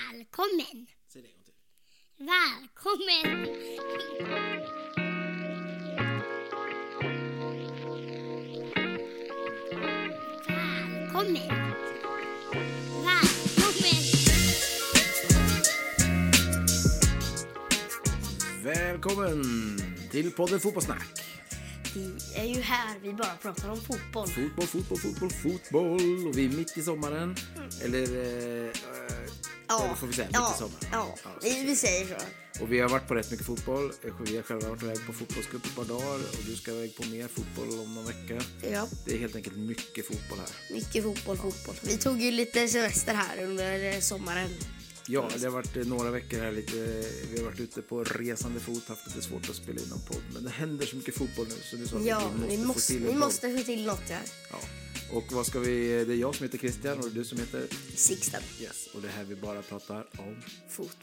Välkommen! Säg det en gång till. Välkommen! Välkommen! Välkommen! Välkommen till podden Fotbollssnack. Vi är ju här, vi bara pratar om fotboll. Fotboll. Och vi är mitt i sommaren. Eller får vi säga, mitt i sommaren. Ja, vi säger så. Och vi har varit på rätt mycket fotboll. Vi har själva varit iväg på fotbollscup ett par dagar. Och du ska iväg på mer fotboll om någon vecka. Ja. Det är helt enkelt mycket fotboll här. Mycket fotboll. Vi tog ju lite semester här under sommaren. Ja, det har varit några veckor här lite. Vi har varit ute på resande fot, haft lite svårt att spela in någon podd. Men det händer så mycket fotboll nu så det är så vi måste få till något här. Ja. Och vad ska vi, det är jag som heter Christian och du som heter Sixten. Yes, och det här vi bara pratar om Fotboll.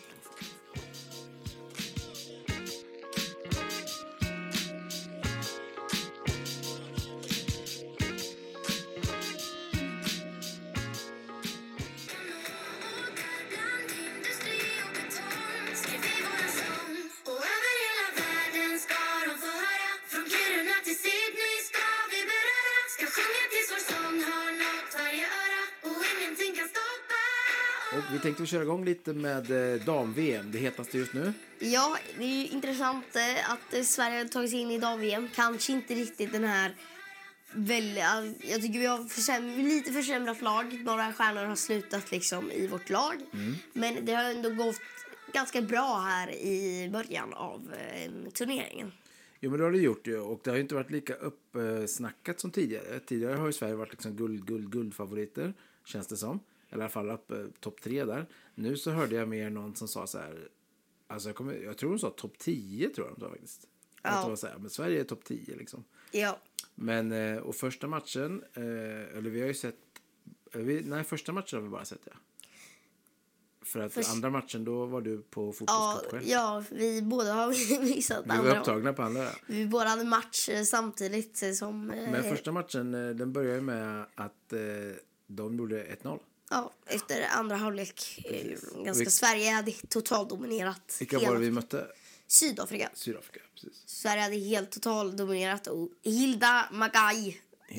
Och vi tänkte köra igång lite med dam-VM, det hetaste just nu. Ja, det är ju intressant att Sverige har tagit sig in i dam-VM. Kanske inte riktigt den här jag tycker vi har lite försämrat lag. Några stjärnor har slutat liksom i vårt lag. Men det har ändå gått ganska bra här i början av turneringen. Jo, men det har det gjort ju. Och det har ju inte varit lika uppsnackat som tidigare. Tidigare har ju Sverige varit liksom guldfavoriter, känns det som. Eller i alla fall topp 3 där. Nu så hörde jag mer någon som sa så här. Alltså jag tror de sa topp 10 tror jag de sa faktiskt. Ja. Var så här, men Sverige är topp 10 liksom. Ja. Men och första matchen eller vi har ju sett första matchen har vi bara sett För att andra matchen då var du på fotbollscup själv. Ja, vi båda har missat andra. Vi var upptagna på andra. Vi båda hade match samtidigt som Men första matchen den började med att de gjorde 1-0. Ja, efter andra halvlek Sverige hade totalt dominerat. Vilka var det vi mötte? Sydafrika, precis. Sverige hade helt totalt dominerat och Hilda Magai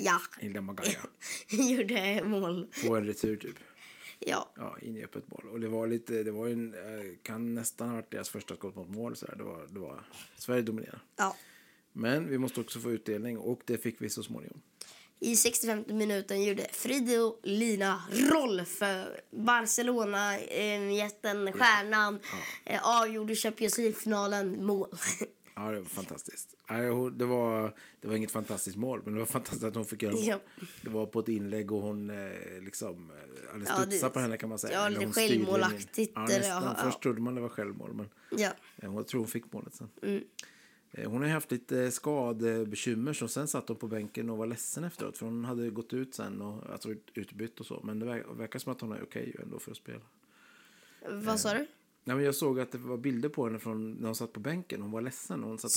gjorde mål. På en retur typ. Ja, in i öppet mål. Och det var en kan nästan ha varit deras första skott mot mål så där. Det var Sverige dominerade. Ja. Men vi måste också få utdelning och det fick vi så småningom. I 65 minuten gjorde Fridolina Roll för Barcelona, jätten, stjärnan, avgjorde Champions League-finalen, mål. Ja, det var fantastiskt. Det var inget fantastiskt mål, men det var fantastiskt att hon fick göra mål. Ja. Det var på ett inlägg och hon hade studsat på henne kan man säga. Ja, lite självmålaktigt. Ja, nästan. Först trodde man det var självmål, men jag tror hon fick målet sen. Hon har haft lite skadebekymmer så sen satt hon på bänken och var ledsen efteråt för hon hade gått ut sen och alltså utbytt och så. Men det verkar som att hon är okej ändå för att spela. Vad sa du? Nej, men jag såg att det var bilder på henne från när hon satt på bänken. Hon var ledsen och hon satt och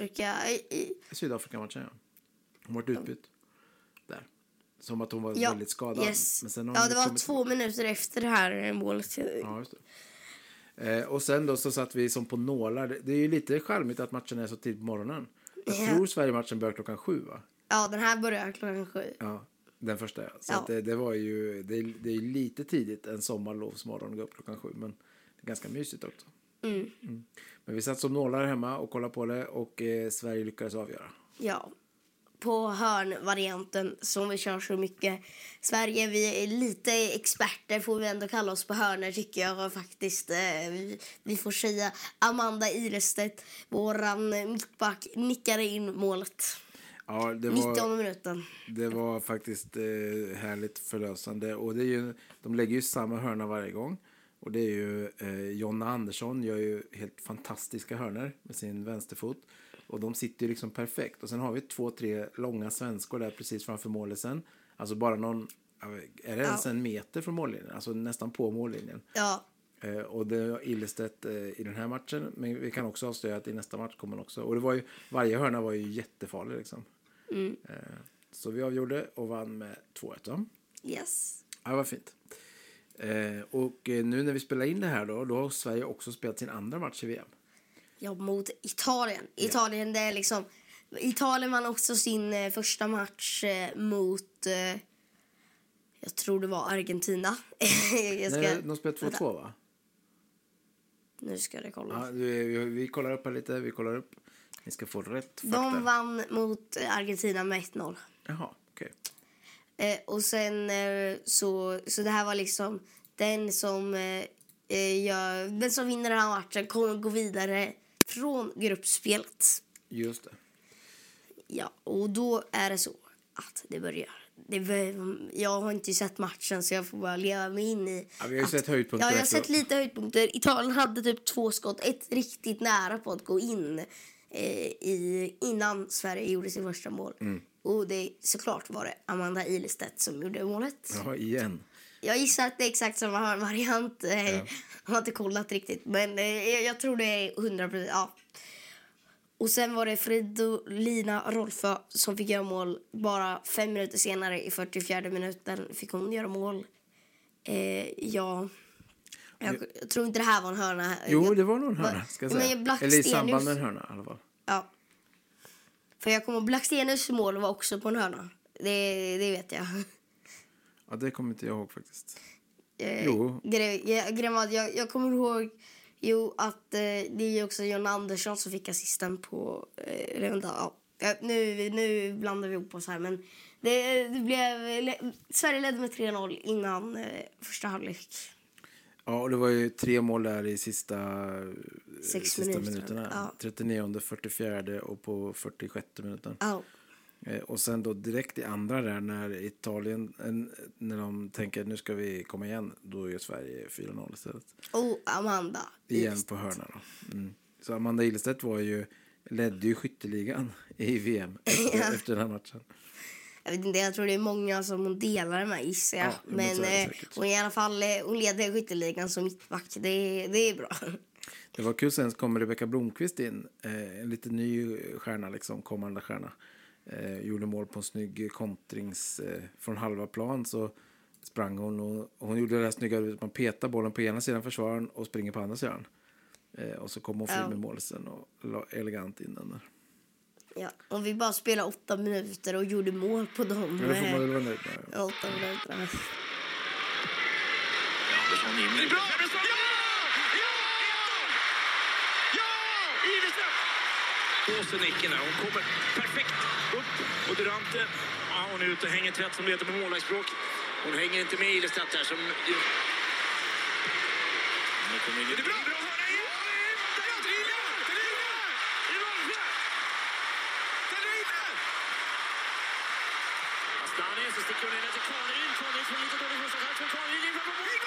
Sydafrika-matchen, ja. Hon var utbytt där. Som att hon var väldigt skadad. Yes. Men sen det var 2 minuter efter det här målet. Ja, just det. Och sen då så satt vi som på nålar. Det är ju lite charmigt att matchen är så tidigt på morgonen. Jag tror Sverige-matchen börjar 7:00 va? Ja, den här börjar 7:00. Ja, den första Så att det var ju, det är lite tidigt en sommarlovsmorgon att gå upp 7:00. Men det är ganska mysigt också. Men vi satt som nålar hemma och kollade på det och Sverige lyckades avgöra. Ja. På hörnvarianten som vi kör så mycket. Sverige, vi är lite experter får vi ändå kalla oss på hörnor tycker jag faktiskt. Vi får säga Amanda Ilestedt, våran mittback, nickade in målet. Ja, 19 minuten. Det var faktiskt härligt förlösande. Och det är ju, de lägger ju samma hörna varje gång. Och det är ju Jonna Andersson gör ju helt fantastiska hörnor med sin vänsterfot. Och de sitter ju liksom perfekt. Och sen har vi 2-3 långa svenskor där precis framför målet sen. Alltså bara är det ens en meter från mållinjen? Alltså nästan på mållinjen. Ja. Och det är Ilestedt i den här matchen. Men vi kan också avslöja att i nästa match kommer man också. Och det var ju, varje hörna var ju jättefarlig liksom. Så vi avgjorde och vann med 2-1. Yes. Ja, det var fint. Nu när vi spelar in det här då har Sverige också spelat sin andra match i VM. Ja, mot Italien. Italien, det är liksom... Italien vann också sin första match mot... jag tror det var Argentina. Nej, de spelade 2-2 va? Nu ska jag kolla. Ja, vi kollar upp här lite, vi kollar upp. Ni ska få rätt fakta. De vann mot Argentina med 1-0. Jaha, okej. Och sen så det här var liksom den som vinner den här matchen kommer gå vidare från gruppspelet. Just det. Ja, och då är det så att det börjar. Jag har inte sett matchen så jag får bara leva mig in i... Ja, vi har ju sett höjdpunkter. Ja, jag har sett lite höjdpunkter. Italien hade typ 2 skott. Ett riktigt nära på att gå in innan Sverige gjorde sin första mål. Och det såklart var det Amanda Ilestedt som gjorde målet. Ja, igen. Jag gissar att det är exakt samma variant. Jag har inte kollat riktigt. Men jag tror det är 100%. Ja. Och sen var det Fridolina Rolfö som fick göra mål. Bara 5 minuter senare i 44 minuten fick hon göra mål. Jag tror inte det här var en hörna. Jo, det var någon hörna, ska jag säga. Eller i samband med en hörna i alla fall. Ja. För jag kommer Blackstenius mål var också på en hörna. Det vet jag. Ja, det kommer inte jag ihåg faktiskt. Jo. Jag kommer ihåg att det är också John Andersson som fick assisten på... Nu blandar vi ihop oss här. Men det blev... Sverige ledde med 3-0 innan första halvlek. Ja, och det var ju 3 mål där i sista minuterna. Ja. 39, 44 och på 46 minuten. Ja. Och sen då direkt i andra där när Italien, när de tänker nu ska vi komma igen, då gör Sverige 4-0 istället. Och Amanda igen på hörna då. Så Amanda Ilestedt ledde ju skytteligan i VM efter den här matchen. Jag vet inte, jag tror det är många som hon delar med, gissar jag. Ja, men hon i alla fall hon leder skytteligan som mittback. Det är bra. Det var kul, sen kommer Rebecka Blomqvist in, en lite ny stjärna liksom, kommande stjärna. Gjorde mål på en snygg kontrings från halva plan, så sprang hon och hon gjorde det där snygga, man petar bollen på ena sidan försvararen och springer på andra sidan. Och så kom hon fri med målet sen och la elegant in den där. Ja, och vi bara spelade 8 minuter och gjorde mål på dem. Ja, det får man väl vara nöjd med. 8 minuter. Andersson in. Det är bra! Åsen nicken här. Hon kommer perfekt upp. Och Durante, hon är ute och hänger tätt som det heter med målvaktsspråk. Hon hänger inte med Ilestedt här som... Det är bra! Astani, så sticker hon in till Karin. Karin får lite dålig första chans. Karin ligger på mål.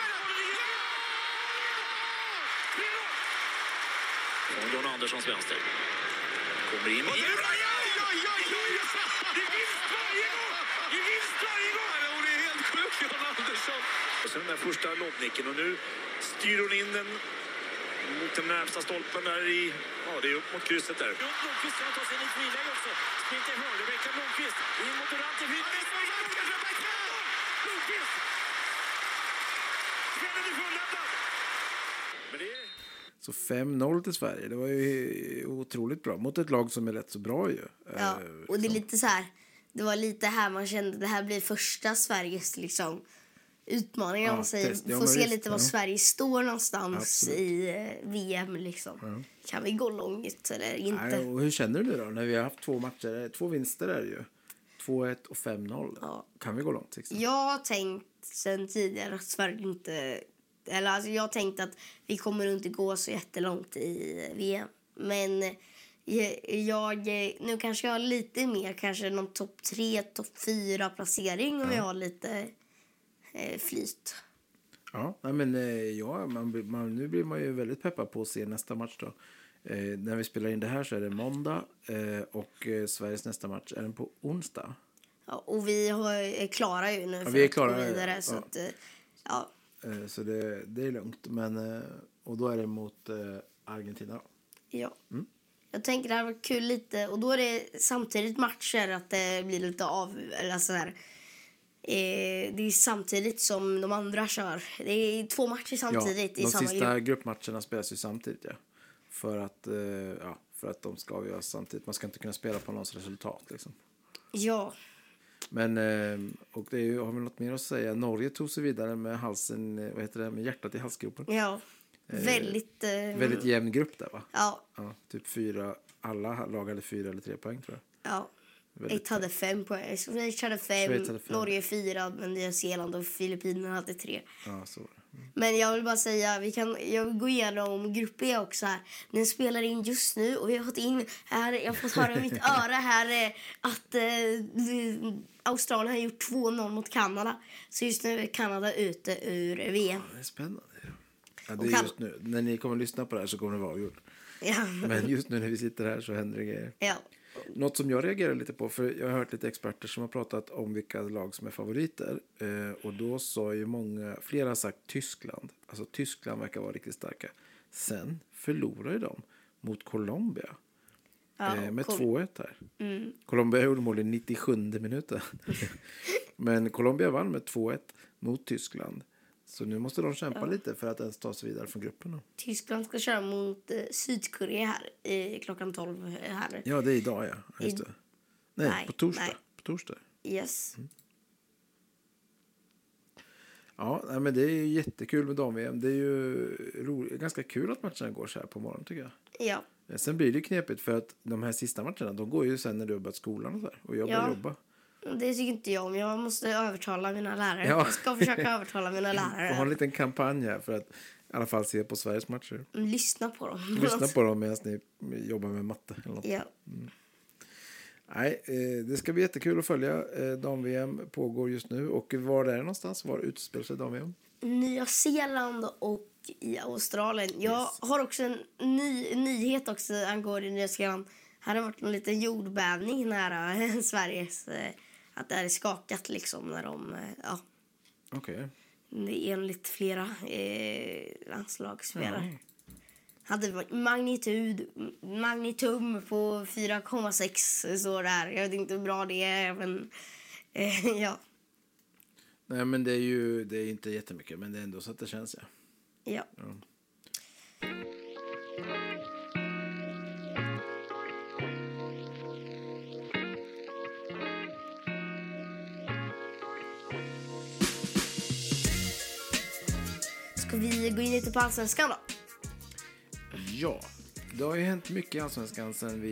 Från John Anderssons vänster. Kommer in. Det är vinst varje gång! Hon är helt sjuk, John Andersson. Och sen den där första lobbnicken. Och nu styr hon in den mot den närmsta stolpen där i... Ja, det är upp mot krysset där. Blomqvist kan ta sig in i friläge också. Sprinter till höger. Rebecka Blomqvist. In mot Durante. Blomqvist! Spänner du fulländad! Men det är... Så 5-0 till Sverige. Det var ju otroligt bra. Mot ett lag som är rätt så bra ju. Ja, och det är lite så här... Det var lite här man kände det här blir första Sveriges liksom utmaning. Ja, man säger. test. Vi Ja, får se visst, lite var Sverige står någonstans. Absolut. I VM liksom. Kan vi gå långt eller inte? Nej, och hur känner du då när vi har haft 2 matcher, 2 vinster där ju. 2-1 och 5-0. Ja. Kan vi gå långt? Liksom? Jag har tänkt sen tidigare att Sverige inte... Eller alltså jag har tänkt att vi kommer inte gå så jättelångt i VM. Men nu kanske jag har lite mer, kanske någon topp 3, topp 4 placering om jag har lite flyt. Ja, men nu blir man ju väldigt peppad på att se nästa match då. När vi spelar in det här så är det måndag och Sveriges nästa match är den på onsdag. Ja, och vi är klara ju nu för vi är att klara, gå vidare. ja. Så att, ja. Så det är lugnt. Men, och då är det mot Argentina. Ja. Jag tänker det här var kul lite. Och då är det samtidigt matcher att det blir lite eller så här. Det är samtidigt som de andra kör. Det är 2 matcher samtidigt i de samma sista grupp. gruppmatcherna spelas ju samtidigt, ja. För att de ska avgöras samtidigt. Man ska inte kunna spela på någons resultat, liksom. Ja, Men, och det är ju, har vi något mer att säga? Norge tog sig vidare med halsen, vad heter det, med hjärtat i halsgropen. ja. Väldigt jämn grupp där, va? Ja, Ja, typ 4, alla lag hade 4 eller 3 poäng, tror jag. ja. Väldigt Ett hade 5 poäng. Schweiz hade 5, Schweiz hade 5. Norge 4, men Nya Zeeland och Filippinerna hade 3. Ja, så var det. Men jag vill bara säga, jag vill gå igenom grupp E också här. Den spelar in just nu och vi har fått in här, jag har fått höra i mitt öra här att Australien har gjort 2-0 mot Kanada. Så just nu är Kanada ute ur VM. Det är spännande. Ja, det är just nu. När ni kommer att lyssna på det här så kommer det vara avgjort. Ja. Men just nu när vi sitter här så händer det grejer. Ja. Något som jag reagerar lite på, för jag har hört lite experter som har pratat om vilka lag som är favoriter. Och då sa ju flera har sagt Tyskland. Alltså Tyskland verkar vara riktigt starka. Sen förlorar ju de mot Colombia. Med 2-1 här. Colombia gjorde mål i 97 minuter. Men Colombia vann med 2-1 mot Tyskland. Så nu måste de kämpa lite för att ens ta sig vidare från grupperna. Tyskland ska köra mot Sydkorea här klockan 12 här. Ja, det är idag, ja. Just det. Nej, på torsdag. Nej. På torsdag. Yes. Ja, men det är ju jättekul med dam-VM. Det är ju ganska kul att matcherna går så här på morgonen, tycker jag. Ja. Sen blir det knepigt för att de här sista matcherna, de går ju sen när du har börjat skolan och så här. Och jag börjar jobba. Det tycker inte jag om. Jag måste övertala mina lärare. Ja. Jag ska försöka övertala mina Jag har en lärare. liten kampanj här för att i alla fall se på Sveriges matcher. Lyssna på dem. Lyssna på dem medan ni jobbar med matte eller något. Ja. Nej, det ska bli jättekul att följa. Dam-VM pågår just nu. Och var är det någonstans? Var utspelar sig dam-VM? Nya Zeeland och i Australien. Jag har också en nyhet också angående Nya Zeeland. Här har varit en liten jordbävning nära Sveriges. Att det är skakat liksom när de... Okej. Enligt flera landslagsspelare. Ja. Hade magnitum på 4,6 så där. Jag vet inte hur bra det är, men ja. Nej, men det är inte jättemycket, men det är ändå så att det känns, ja. Ja. Ska vi gå in lite på Allsvenskan då? Ja, det har ju hänt mycket i Allsvenskan sen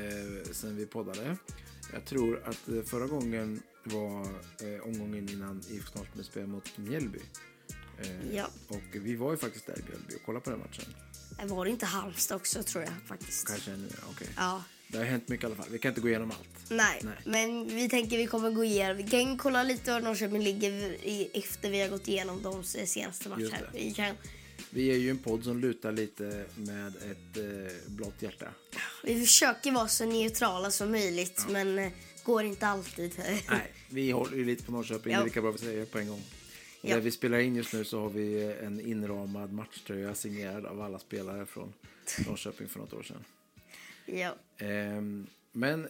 vi poddade. Jag tror att förra gången var omgången innan IFK Norrköping spelade mot Mjällby. Ja. Och vi var ju faktiskt där i Mjällby och kollade på den matchen. Var det inte Halmstad också, tror jag faktiskt? Kanske ännu, okej. Ja. Det har hänt mycket i alla fall. Vi kan inte gå igenom allt. Nej, men vi tänker vi kommer gå igenom. Vi kan kolla lite var Norrköping ligger efter vi har gått igenom de senaste matcherna. Vi är ju en podd som lutar lite med ett blått hjärta. Vi försöker vara så neutrala som möjligt, men går inte alltid. Nej, vi håller ju lite på Norrköping. Det är lika bra att säga på en gång. Ja. Där vi spelar in just nu så har vi en inramad matchtröja signerad av alla spelare från Norrköping för något år sedan. Ja. Men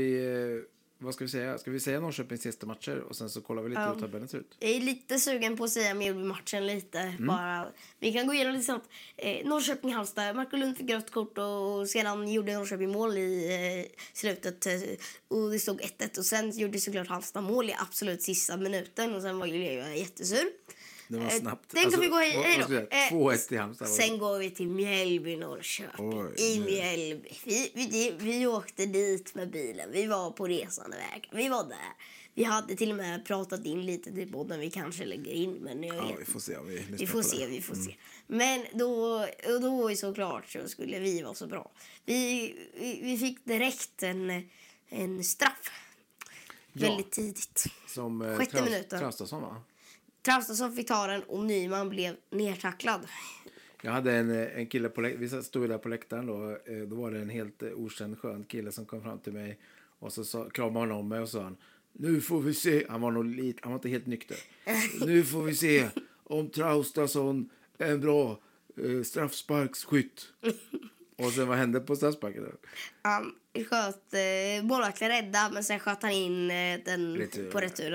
vad ska vi säga? Ska vi säga Norrköpings sista matcher och sen så kollar vi lite hur tabellen ser ut? Jag är lite sugen på att säga Mjällby-matchen lite. Bara. Vi kan gå igenom lite snabbt. Norrköping-Halmstad. Marco Lund fick rött kort och sedan gjorde Norrköping mål i slutet. Och det stod 1-1. Och sen gjorde såklart Halmstad mål i absolut sista minuten. Och sen var jag jättesur. Det var snabbt. Den kan vi gå hej då. 2-1 till Halmstad. Sen går vi till Mjällby, Norrköping. I Mjällby. Vi åkte dit med bilen. Vi var på resande väg. Vi var där. Vi hade till och med pratat in lite till podden. Vi kanske lägger in, men jag vet. Vi får se om vi får se. Men då såklart så skulle vi vara så bra. Vi fick direkt en straff. Väldigt tidigt. Som 6:e minuten. Traustason, va? Traustason fick ta den och Nyman blev nertacklad. Jag hade en kille vi stod där på läktaren då. Då var det en helt okänd skön kille som kom fram till mig. Och så kramade han om mig och sa nu får vi se. Han var inte helt nykter. Nu får vi se om Traustason är en bra straffsparksskytt. Och sen vad hände på straffsparken då? Han sköt målvakten rädda, men sen sköt han in den på returen. Ja.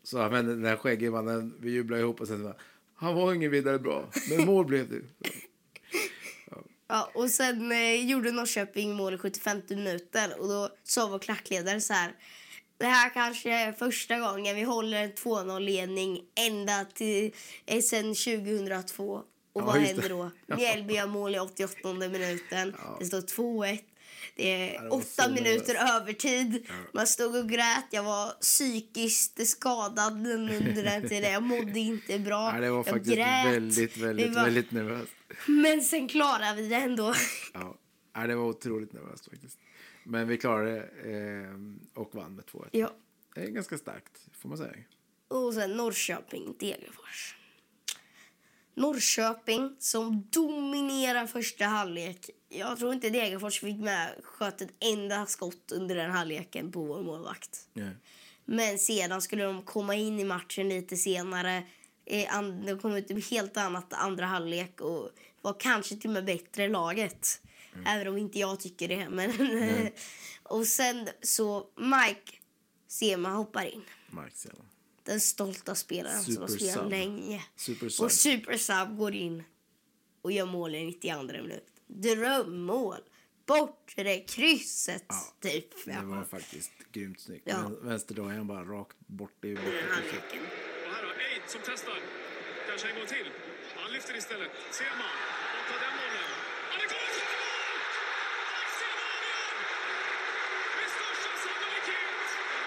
Så använde den här skäggige mannen, vi jublade ihop och sen bara, han var ingen vidare bra, men mål blev det. Ja, och sen gjorde Norrköping mål i 75 minuter och då sa vår klackledare så här: det här kanske är första gången vi håller en 2-0-ledning ända till sen 2002. Och vad just det. händer då? Mjällby gör mål i 88 minuten. Det står 2-1. Det är det var 8 så minuter nervöst. övertid. Man stod och grät. Jag var psykiskt skadad under den tiden. Jag mådde inte bra. Ja, det var jag faktiskt grät. väldigt nervöst. Men sen klarade vi det ändå. Ja, det var otroligt nervöst faktiskt. Men vi klarade det och vann med 2-1. Ja. Det är ganska starkt, får man säga. Och sen Norrköping, Degerfors. Norrköping som dominerar första halvlek. Jag tror inte Degerfors fick med sköt ett enda skott under den halvleken på vår målvakt. Yeah. Men sedan skulle de komma in i matchen lite senare. De kom ut i helt annat andra halvlek och var kanske till och med bättre laget. Även om inte jag tycker det. Men och sen så Mike Sema hoppar in. Mike Sema. Den stolta spelaren som har Super spelat sub. länge. Super sub. Och Super Sub går in och gör mål i 92 minut. Drömmål. Bortre krysset. Typ. Det var faktiskt grymt snyggt. Ja. Men vänsterdragen bara rakt bort i Den bortre. halvleken. Och här har Eid som testar. Kanske en gång till. Han lyfter istället. Sema. Och tar den bollen. Ja, det kommer till mål! Och Sema avgör! Med största sannolikhet!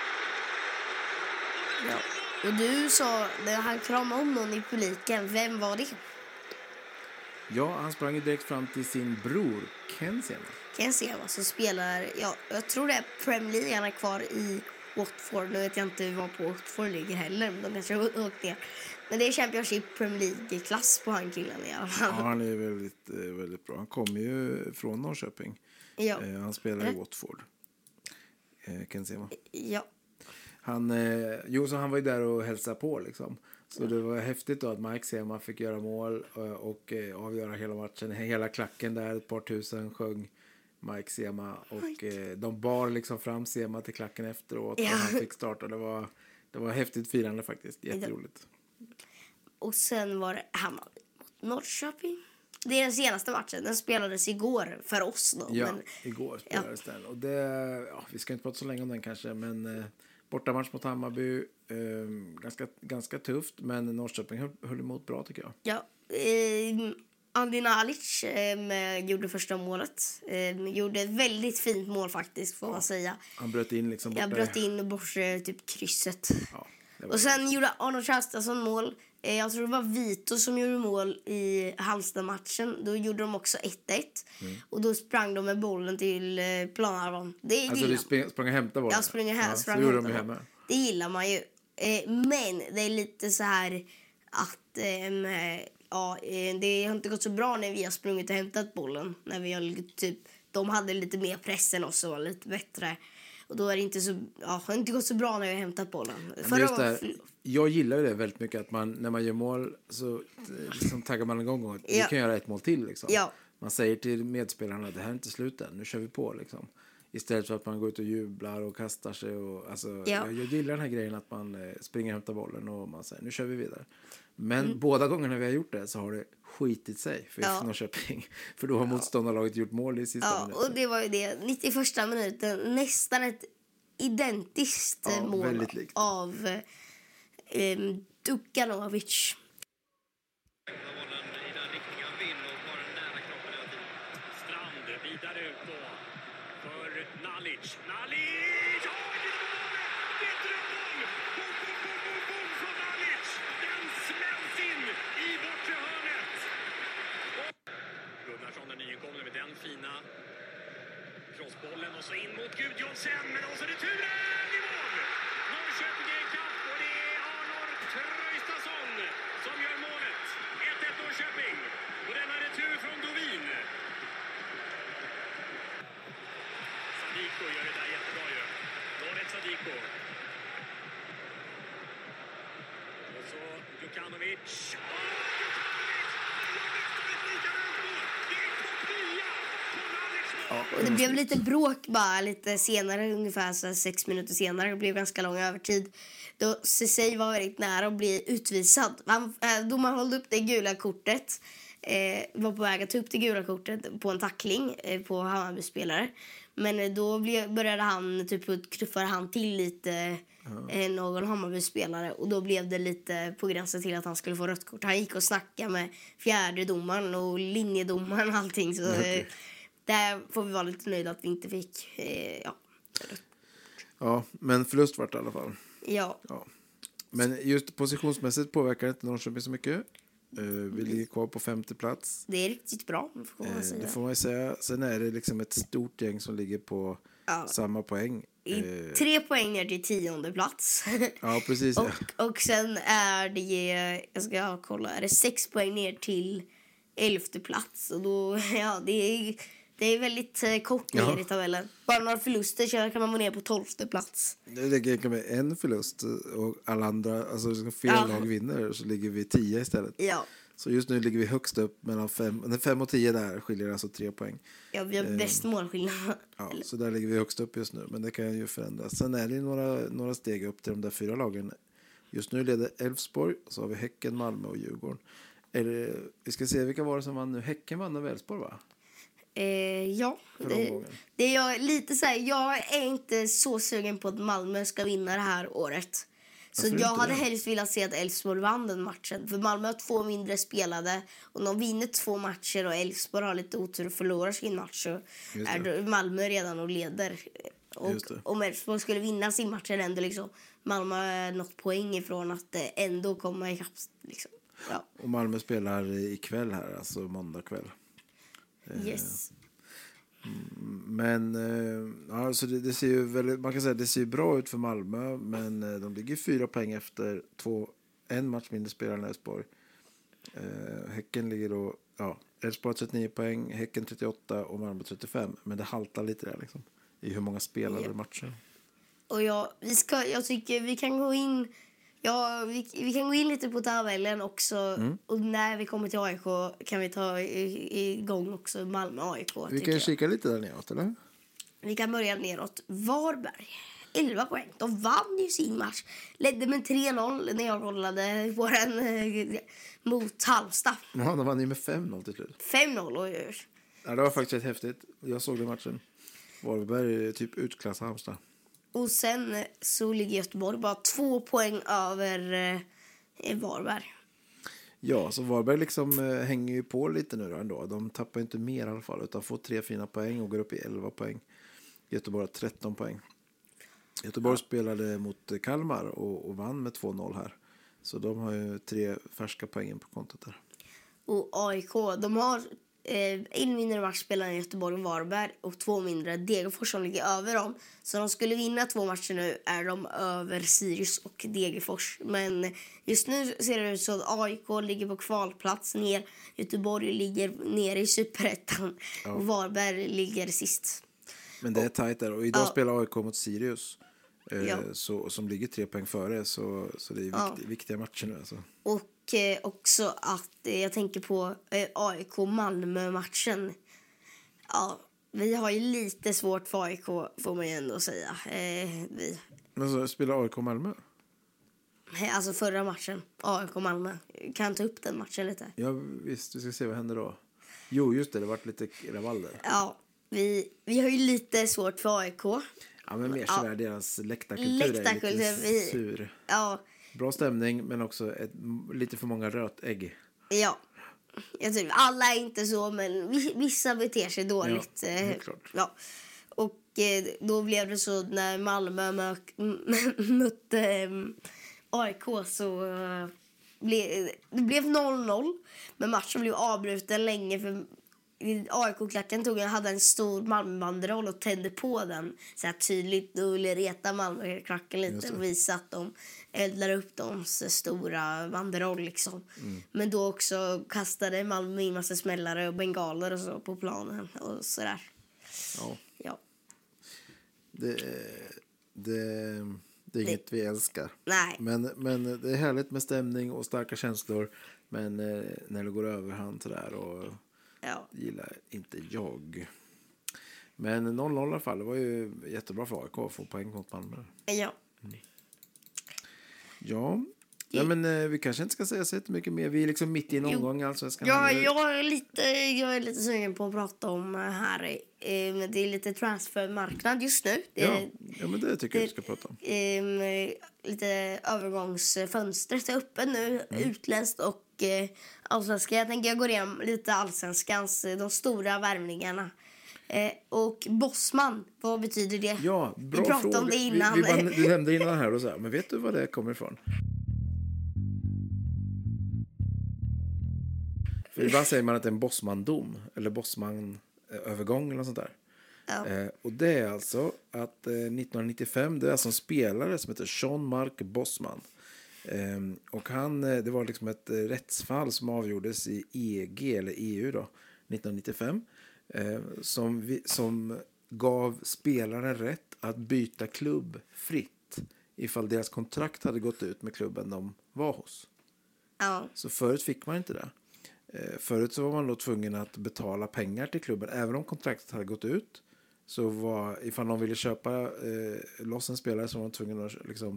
Ja. Och du sa när han kramade om någon i publiken. Vem var det? Ja, han sprang ju direkt fram till sin bror Ken Sema. Ken Sema som spelar, ja, jag tror det är Premier League. Han är kvar i Watford. Nu vet jag inte var på Watford ligger heller. Men de kanske har åkt ner. Men det är Championship Premier League-klass på han killen i alla fall. Ja, han är väldigt bra. Han kommer ju från Norrköping. Ja. Han spelar i Watford. Ken Sema. Ja. Han var ju där och hälsade på liksom. Så det var häftigt då att Mike Sema fick göra mål och avgöra hela matchen. Hela klacken där, ett par tusen sjöng Mike Sema. Och de bar liksom fram Sema till klacken efteråt. Ja. Och han fick starta. Det var häftigt firande faktiskt. Jätteroligt. Och sen var det Hammarby mot Norrköping. Det är den senaste matchen. Den spelades igår för oss då. Ja, Men, igår spelades den. Och vi ska inte prata så länge om den kanske. Men bortamatch mot Hammarby. Ganska tufft. Men Norrköping höll emot bra tycker jag. ja. Andi Nalic gjorde första målet. Gjorde ett väldigt fint mål faktiskt får man säga. Han bröt in liksom borta. Jag bröt in bort typ krysset. Ja, det var Och sen gjorde Arnold Traustason mål. Jag tror det var Vito som gjorde mål i Halmstad-matchen. Då gjorde de också 1-1. Och då sprang de med bollen till planhalvan. Det Alltså gillar du sprang och hämtade bollen? Jag sprang hem, så gjorde de ju hemma. Det gillar man ju. Men det är lite så här att det har inte gått så bra när vi har sprungit och hämtat bollen. När vi har typ, de hade lite mer press än oss och lite bättre. Och då är det inte så, har inte gått så bra när vi har hämtat bollen. Men just där, jag gillar ju det väldigt mycket att när man gör mål så liksom taggar man igång och vi kan göra ett mål till liksom. Ja. Man säger till medspelarna att det här är inte slut än, nu kör vi på liksom. Istället för att man går ut och jublar och kastar sig och alltså, jag gillar den här grejen att man springer och hämtar bollen och man säger nu kör vi vidare. Men båda gångerna vi har gjort det så har det skitit sig för Norrköping. För då har motståndarlaget gjort mål i sista minuten. Och det var ju det. 91 minuten, nästan ett identiskt mål av Dukanovic. Strand vidare ut då för Nalic. Nalic! Det är drömmål! Boom från Nalic! Den smälls in i bortre hörnet. Gunnarsson är nyinkommen med den fina crossbollen och så in mot Gudjonsen. Men också returen i mål! Norrköping är i kapp och det är Arnold Traustason som gör målet. 1-1 Norrköping. Och denna retur från Dovin. Sadiko gör det där jättebra ju. Loret Sadiko. Och så Djukanovic. Och det blev lite bråk bara lite senare, ungefär så 6 minuter senare. Det blev ganska lång övertid. då Ceesay var väldigt nära att bli utvisad. Domaren höll upp det gula kortet. Var på väg att ta upp det gula kortet på en tackling på Hammarby-spelare. Men då började han typ knuffa han till lite någon Hammarby-spelare. Och då blev det lite på gränsen till att han skulle få rött kort. Han gick och snackade med fjärde domaren och linjedomaren och allting. Så där får vi vara lite nöjda att vi inte fick Ja, men förlust vart det i alla fall. Ja. Men just positionsmässigt påverkar det inte Norrköping så mycket. Vi ligger kvar på 50 plats. Det är riktigt bra, får man säga. Det får man säga. Sen är det liksom ett stort gäng som ligger på samma poäng. 3 poäng ner till 10:e plats. Ja, precis. och sen är det, jag ska kolla, är det 6 poäng ner till 11:e plats. Och då, det är väldigt kort ner i tabellen. Bara några förluster så kan man vara ner på 12:e plats. Det ligger med en förlust och alla andra, alltså fel lag vinner, så ligger vi 10 istället. Ja. Så just nu ligger vi högst upp mellan 5 och 10 där, skiljer alltså 3 poäng. Ja, vi har bäst målskillnad. Ja, så där ligger vi högst upp just nu, men det kan ju förändras. Sen är det några steg upp till de där 4 lagen. Just nu leder Elfsborg, så har vi Häcken, Malmö och Djurgården. Vi ska se vilka var det som vann nu. Häcken vann över Elfsborg, va? Ja, det är jag lite så här, jag är inte så sugen på att Malmö ska vinna det här året. Så jag hade helst velat se att Elfsborg vann den matchen. För Malmö har 2 mindre spelade. Och de vinner 2 matcher och Elfsborg har lite otur och förlorar sin match. Så är Malmö redan och leder. Och om Elfsborg skulle vinna sin match är ändå liksom Malmö något poäng ifrån att ändå komma ikapp. Liksom. Ja. Och Malmö spelar ikväll här, alltså måndag kväll. Yes. Men alltså det ser ju väldigt, man kan säga det ser ju bra ut för Malmö, men de ligger 4 poäng efter en match mindre spelare än Elfsborg. Häcken ligger då, Elfsborg 39 poäng, Häcken 38 och Malmö 35, men det haltar lite där liksom i hur många spelade matcher. Och jag tycker vi kan gå in. Ja, vi kan gå in lite på tabellen också. Och när vi kommer till AIK kan vi ta igång också Malmö-AIK. Vi kan kika lite där neråt, eller? Vi kan börja neråt. Varberg, 11 poäng. De vann ju sin match. Ledde med 3-0 när jag rollade på den mot Halmstad. Ja, de vann ju med 5-0 till slut. 5-0, oj. Ja, det var faktiskt rätt häftigt. Jag såg den matchen. Varberg typ utklassade Halmstad. Och sen så ligger Göteborg bara 2 poäng över Varberg. Ja, så Varberg liksom hänger ju på lite nu då ändå. De tappar inte mer i alla fall, utan får 3 fina poäng och går upp i 11 poäng. Göteborg har 13 poäng. Göteborg spelade mot Kalmar och vann med 2-0 här. Så de har ju 3 färska poängen på kontot där. Och AIK, de har en mindre match spelar i Göteborg och Varberg och 2 mindre Degerfors som ligger över dem. Så de skulle vinna 2 matcher nu är de över Sirius och Degerfors. Men just nu ser det ut så att AIK ligger på kvalplats ner. Göteborg ligger ner i Superettan och Varberg ligger sist. Men det är tajt där. Och idag spelar AIK mot Sirius. Som ligger 3 poäng före. Så det är viktiga matcher nu alltså. Och också att jag tänker på AIK-Malmö-matchen. Ja, vi har ju lite svårt för AIK, får man ju ändå säga. Men så spelar AIK-Malmö? Alltså förra matchen, AIK-Malmö. Kan ta upp den matchen lite? Ja, visst. Vi ska se vad händer då. Jo, just det. Det har varit lite rabalder. Ja, vi har ju lite svårt för AIK. Ja, men mer så är deras läktarkultur är lite sur. Ja. Bra stämning, men också lite för många rötägg. Ja, jag tror alla är inte så, men vissa beter sig dåligt. Ja, helt klart. Ja. Och då blev det så när Malmö mötte AIK så det blev 0-0. Men matchen blev avbruten länge för AIK-klacken hade en stor Malmö-banderoll och tände på den så här tydligt och ville reta Malmö-klacken lite och visa att de eldar upp deras stora banderoll liksom. Men då också kastade Malmö in massa smällare och bengaler och så på planen och sådär. Ja. Det är inget vi älskar. Nej. Men det är härligt med stämning och starka känslor. Men när det går överhand sådär och gillar inte jag. Men 0-0 i alla fall. Det var ju jättebra för AIK att få poäng mot Malmö. Ja. Ja, men vi kanske inte ska säga så mycket mer. Vi är liksom mitt i en omgång. Allsvenskan. Jag är lite sugen på att prata om här. Men det är lite transfermarknad just nu. Ja, men det tycker jag vi ska prata om. Lite övergångsfönstret är öppen nu. Utländskt och allsvenska. Jag tänker jag går igenom lite allsvenskans, de stora värvningarna. Och Bosman, vad betyder det? Ja, bra vi pratade fråga. om det innan. Du nämnde innan här och så här, men vet du var det kommer ifrån? För ibland säger man att det är en Bosman-dom eller Bosman-övergång eller något sånt där. Ja. Och det är alltså att 1995, det är alltså en spelare som heter Jean-Marc Bosman. Och det var liksom ett rättsfall som avgjordes i EG eller EU då, 1995. Som gav spelaren rätt att byta klubb fritt ifall deras kontrakt hade gått ut med klubben de var hos. Ja. Så förut fick man inte det. Förut så var man då tvungen att betala pengar till klubben. Även om kontraktet hade gått ut, så ifall de ville köpa loss en spelare, så var de tvungna att liksom,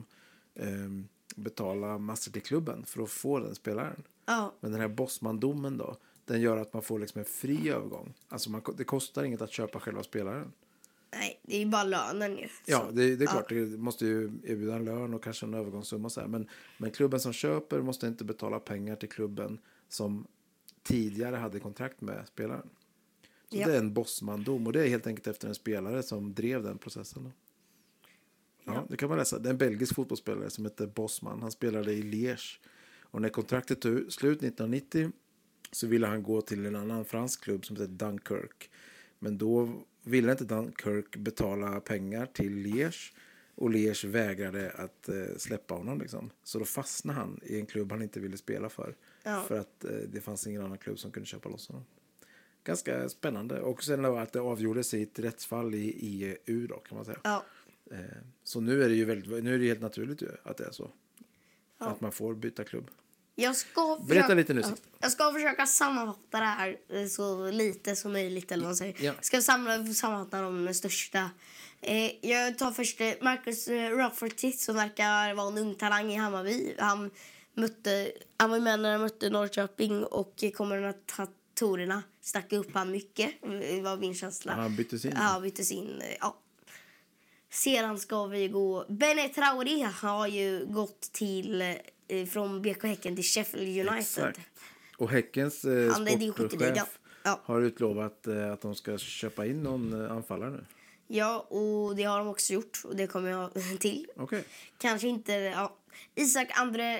betala massor till klubben för att få den spelaren. Ja. Men den här Bosman-domen då, den gör att man får liksom en fri övergång. Alltså det kostar inget att köpa själva spelaren. Nej, det är ju bara lönen ju. Ja, det är klart. Det måste ju erbjuda en lön och kanske en övergångssumma och så här. Men klubben som köper måste inte betala pengar till klubben som tidigare hade kontrakt med spelaren. Så det är en Bosman-dom. Och det är helt enkelt efter en spelare som drev den processen då. Ja, det kan man läsa. Det är en belgisk fotbollsspelare som heter Bosman. Han spelade i Liège. Och när kontraktet tog slut 1990 så ville han gå till en annan fransk klubb som heter Dunkirk. Men då ville inte Dunkirk betala pengar till Liège. Och Liège vägrade att släppa honom liksom. Så då fastnade han i en klubb han inte ville spela för. Ja. För att det fanns ingen annan klubb som kunde köpa loss honom. Ganska spännande. Och sen att det avgjordes i ett rättsfall i EU då, kan man säga. Ja. Så nu är det helt naturligt ju att det är så. Ja. Att man får byta klubb. Berätta lite nu. Jag ska försöka sammanfatta det här så lite som möjligt. Eller vad man säger. Ja. Jag ska sammanfatta de största. Jag tar först Marcus Rafferty som verkar vara en ung talang i Hammarby. Han var med när han mötte Norrköping och kommentatorerna stack upp han mycket. Det var min känsla. Han byttes in. Ja, byttes in. Ja. Sedan ska vi gå. Benet Traoré har ju gått till från BK Häcken till Sheffield United. Exakt. Och Häckens sportchef har utlovat att de ska köpa in någon anfallare nu. Ja, och det har de också gjort. Och det kommer jag till. Okay. Kanske inte... Ja. Isak André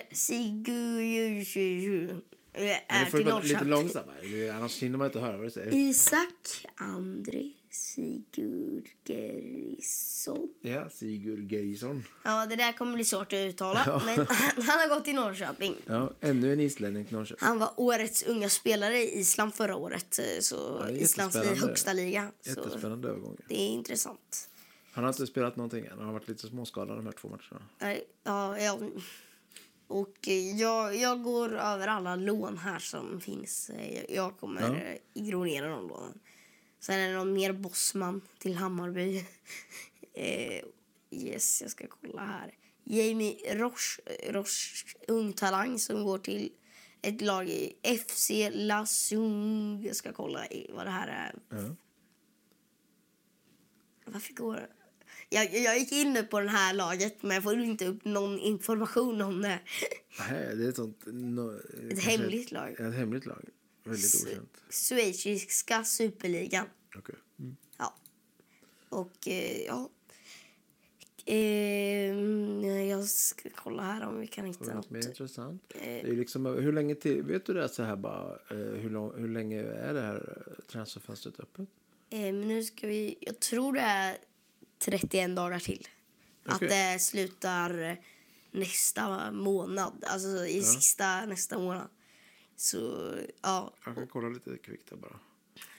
Sigurdsson är till Norrköping. Lite långsammare. Annars hinner man inte höra vad du säger. Isak André Sigurdsson. Ja, Sigurdsson. Ja, det där kommer bli svårt att uttala. Ja. Men han har gått till Norrköping. Ja, ännu en islänning till Norrköping. Han var årets unga spelare i Island förra året. Så Islands högsta liga. Jättespännande övergång. Det är intressant. Han har inte spelat någonting än. Han har varit lite småskadad de här 2 matcherna. Ja. Och jag går över alla lån här som finns. Jag kommer ignorera de lånen. Sen är det någon mer Bosman till Hammarby. Yes, jag ska kolla här. Jamie Roche, ung talang som går till ett lag i FC Lasung. Jag ska kolla vad det här är. Varför går det? Jag gick in på det här laget, men jag får inte upp någon information om det. Nej, det är ett sånt... ett hemligt lag. Ett hemligt lag. Väldigt okänt. Schweiziska superligan. Okej. Ja. Och jag ska kolla här om vi kan hitta något. Mer intressant. Det är liksom, hur länge till... Vet du det så här bara... Hur länge är det här transferfönstret öppet? Nu ska vi... Jag tror det är 31 dagar till. Okay. Att det slutar nästa månad. Alltså i sista nästa månad. Så, ja. Jag kan kolla lite kvickt där bara.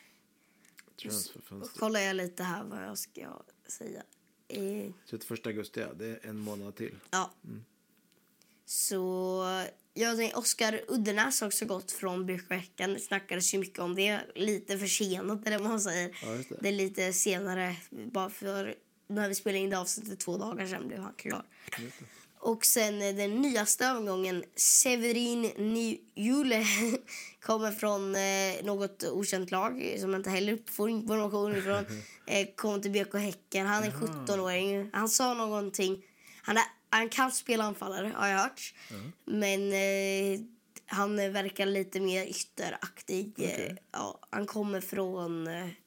Kollar jag lite här vad jag ska säga. 31 augusti, ja. Det är en månad till. Ja. Så jag tänkte, Oskar Uddenäs har också gått från Björkveckan. Det snackades ju mycket om det. Lite försenat, eller vad man säger. Ja, det är lite senare. Bara för när vi spelade in det avsnittet 2 dagar sedan blev han klar. Och sen den nyaste övergången, Severin Niule, kommer från något okänt lag som inte heller får information ifrån. Kommer till BK Häcken. Han är 17-åring. Han sa någonting. Han kan spela anfallare, har jag hört. Men han verkar lite mer ytteraktig. Ja, han kommer från...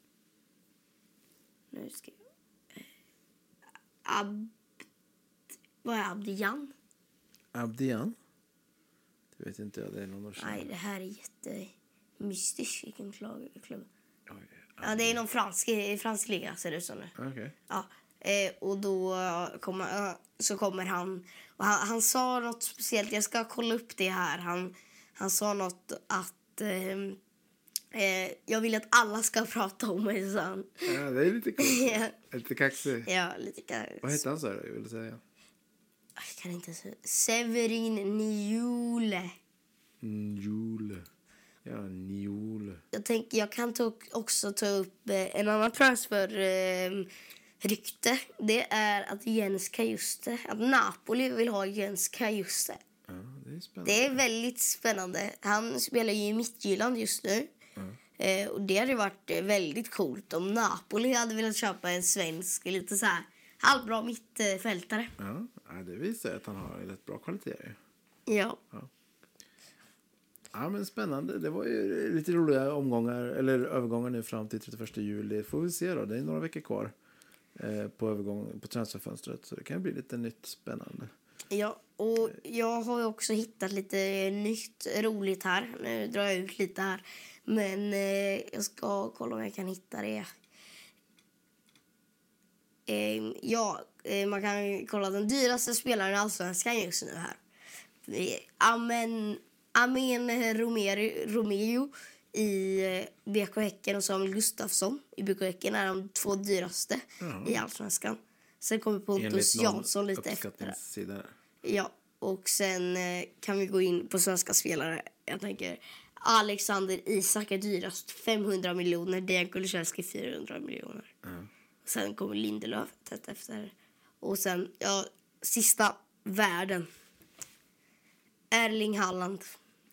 nu ska jag... Vad är Abidjan? Abidjan? Det vet inte jag, det är någon år sedan. Nej, det här är jättemystiskt. Vilken klubb. Oj, Ja, det är någon fransk liga, ser det ut som nu. okej. Ja, och då kommer han. Och han sa något speciellt. Jag ska kolla upp det här. Han sa något att... jag vill att alla ska prata om mig, sa han. Ja, det är lite coolt. Lite kaxig. Ja, lite kaxig. Vad heter han, så här, vill du säga? Jag kan inte säga. Severin Niule. Njule. Ja, Njule. Jag kan också ta upp en annan transfer-rykte. Det är att Jens Kajuste, att Napoli vill ha Jens Kajuste. Ja, det är spännande. Det är väldigt spännande. Han spelar ju i Midtjylland just nu. Och det hade varit väldigt coolt om Napoli hade velat köpa en svensk, lite så här halvbra mittfältare. Ja, det visar att han har rätt bra kvaliteter. Ja. Ja, men spännande. Det var ju lite roliga omgångar, eller övergångar nu fram till 31 juli. Får vi se då. Det är några veckor kvar på transferfönstret. Så det kan bli lite nytt spännande. Ja, och jag har också hittat lite nytt roligt här. Nu drar jag ut lite här. Men jag ska kolla om jag kan hitta det. Man kan kolla den dyraste spelaren i Allsvenskan just nu här. Amen Romeo i BK Häcken och Samuel Gustafsson i BK Häcken är de 2 dyraste i Allsvenskan. Sen kommer Pontus Jansson lite efter. Ja, och sen kan vi gå in på svenska spelare. Jag tänker Alexander Isak är dyrast, 500 miljoner. Dejan Kulusevski 400 miljoner. Sen kommer Lindelöf tätt efter. Och sen, sista världen. Erling Haaland.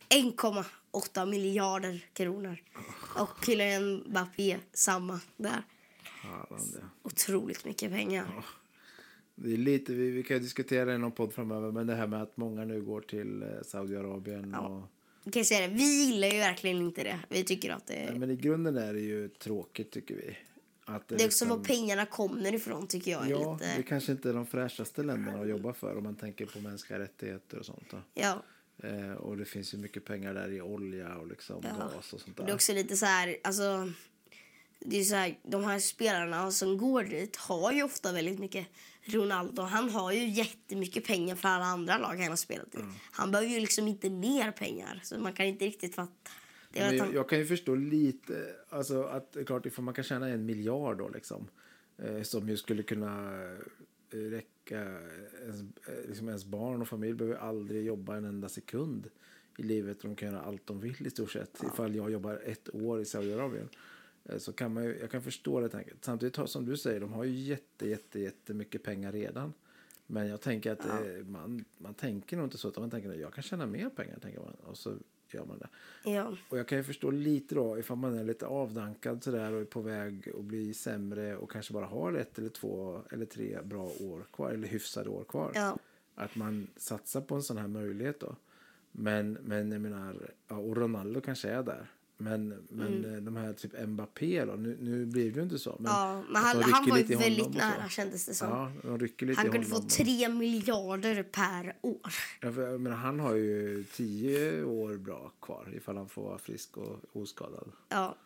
1,8 miljarder kronor. Och Kylian Mbappé, samma där. Haaland, ja. Otroligt mycket pengar. Det är lite, vi kan diskutera det i någon podd framöver, men det här med att många nu går till Saudiarabien och... Kan jag säga det? Vi gillar ju verkligen inte det. Vi tycker att det... Nej, men i grunden är det ju tråkigt, tycker vi. Att det är också var pengarna kommer ifrån, tycker jag. Ja, lite... det är kanske inte de fräschaste länderna att jobba för om man tänker på mänskliga rättigheter och sånt. Då. Ja. Och det finns ju mycket pengar där i olja och liksom gas och sånt där. Det är också lite så här, alltså... Det är så här, de här spelarna som går dit har ju ofta väldigt mycket. Ronaldo, han har ju jättemycket pengar för alla andra lag han har spelat i. Han behöver ju liksom inte mer pengar, så man kan inte riktigt fatta. Jag kan ju förstå lite, alltså att klart ifall man kan tjäna 1 miljard då liksom, som ju skulle kunna räcka, liksom ens barn och familj behöver aldrig jobba en enda sekund i livet, och de kan göra allt de vill i stort sett. Ifall jag jobbar 1 år i Saudiarabien, så kan jag kan förstå det tänket. Samtidigt som du säger, de har ju jättemycket pengar redan. Men jag tänker att man tänker nog inte så, att man tänker att jag kan tjäna mer pengar, tänker man, och så gör man det. Ja. Och jag kan ju förstå lite då, ifall man är lite avdankad sådär och är på väg att bli sämre och kanske bara har 1 eller 2 eller 3 bra år kvar, eller hyfsade år kvar. Ja. Att man satsar på en sån här möjlighet då. Men jag menar, och Ronaldo kanske är där. Men de här typ Mbappé då, nu blir det ju inte så. Men han var ju väldigt nära, kändes det som. Ja, de rycker lite han kunde få 3 miljarder per år. Jag menar, han har ju 10 år bra kvar ifall han får vara frisk och oskadad. Ja.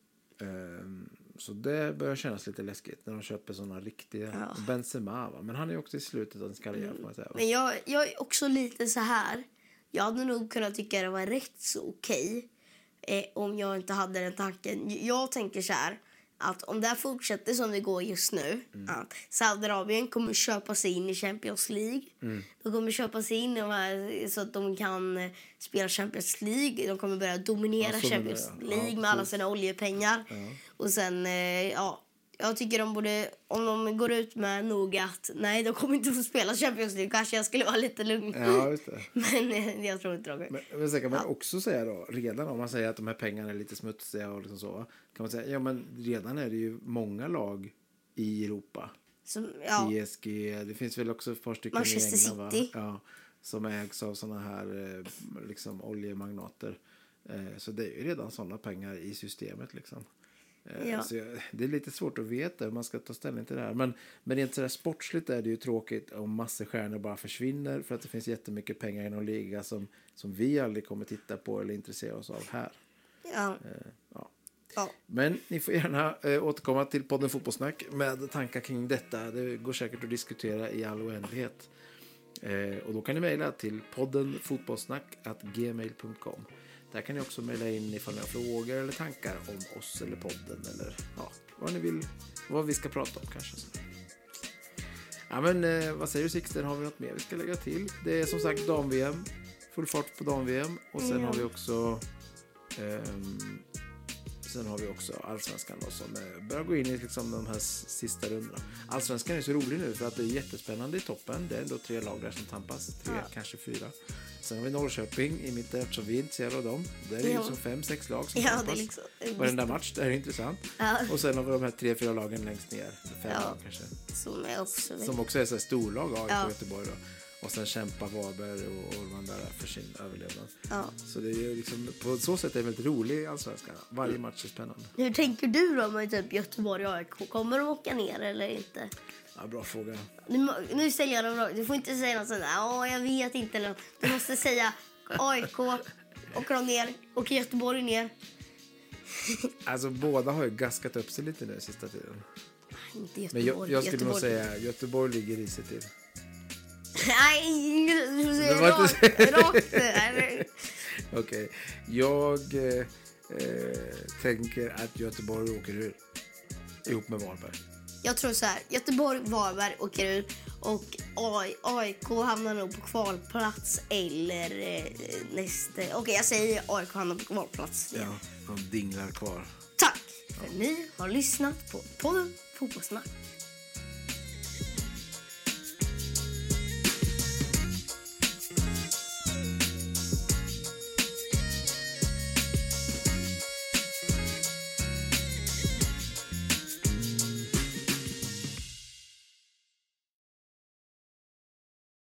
Så det börjar kännas lite läskigt när de köper sådana riktiga Benzema, va? Men han är ju också i slutet av sin karriär, får man säga, va? Men jag är också lite så här. Jag hade nog kunnat tycka det var rätt så okej. Om jag inte hade den tanken. Jag tänker så här, att om det här fortsätter som det går just nu, att Saudiarabien kommer köpa sig in i Champions League. De kommer köpa sig in så att de kan spela Champions League. De kommer börja dominera Champions League med alla sina oljepengar. Och sen, Jag tycker de borde, om de går ut med nog att nej, de kommer inte få spela Champions League, kanske jag skulle vara lite lugn. Ja, just det. Men jag tror inte de. Men sen kan man också säga då, redan om man säger att de här pengarna är lite smutsiga och liksom så, kan man säga, ja men redan är det ju många lag i Europa. Som, ja, PSG, det finns väl också ett par stycken Manchester i England, City. va? Ja, som ägs av såna här liksom oljemagnater. Så det är ju redan sådana pengar i systemet liksom. Ja. Så det är lite svårt att veta hur man ska ta ställning till det här. Men rent sådär sportsligt är det ju tråkigt om massor stjärnor bara försvinner för att det finns jättemycket pengar i någon liga som vi aldrig kommer titta på eller intressera oss av här. Ja. Ja. Ja. Men ni får gärna återkomma till podden Fotbollssnack med tankar kring detta. Det går säkert att diskutera i all oändlighet. Och då kan ni mejla till poddenfotbollssnack@gmail.com. Där kan ni också mejla in ifall ni har frågor eller tankar om oss eller podden eller ja, vad ni vill, vad vi ska prata om kanske. Ja men vad säger du Sixten, har vi något mer vi ska lägga till? Det är som sagt dam-VM, full fart på dam-VM och sen har vi också Allsvenskan då, som börjar gå in i liksom de här sista rundorna. Allsvenskan är så rolig nu för att det är jättespännande i toppen. Det är ändå 3 lag där som tampas. 3, kanske 4. Sen har vi Norrköping i mitten eftersom vi är intresserade av dem. Där är det ju som 5-6 lag som tampas. Det är liksom, varenda match, det är intressant. Ja. Och sen har vi de här 3-4 lagen längst ner. 5 lag kanske. som Också är så här storlag, AIK och Göteborg då. Och sen kämpar Varberg och de där för sin överlevnad. Ja. Så det är ju liksom, på så sätt är det väldigt rolig allsvenskan. Varje match är spännande. Hur tänker du då med typ Göteborg och AIK? Kommer de åka ner eller inte? Ja, bra fråga. Nu ställer jag dem rakt. Du får inte säga något sånt där. Jag vet inte. Eller du måste säga AIK åker de ner, åker Göteborg ner. Alltså båda har ju gaskat upp sig lite nu sista tiden. Inte Göteborg. Men jag skulle nog säga Göteborg ligger i sig till. Nej, du får säga rakt. Okej. Jag tänker att Göteborg åker ur ihop med Varberg. Jag tror så här. Göteborg, Varberg åker ur. Och AIK hamnar nog på kvalplats eller nästa. Okej, jag säger AIK hamnar på kvalplats. Ja, de dinglar kvar. Tack för ni har lyssnat på podden Fotbollssnack.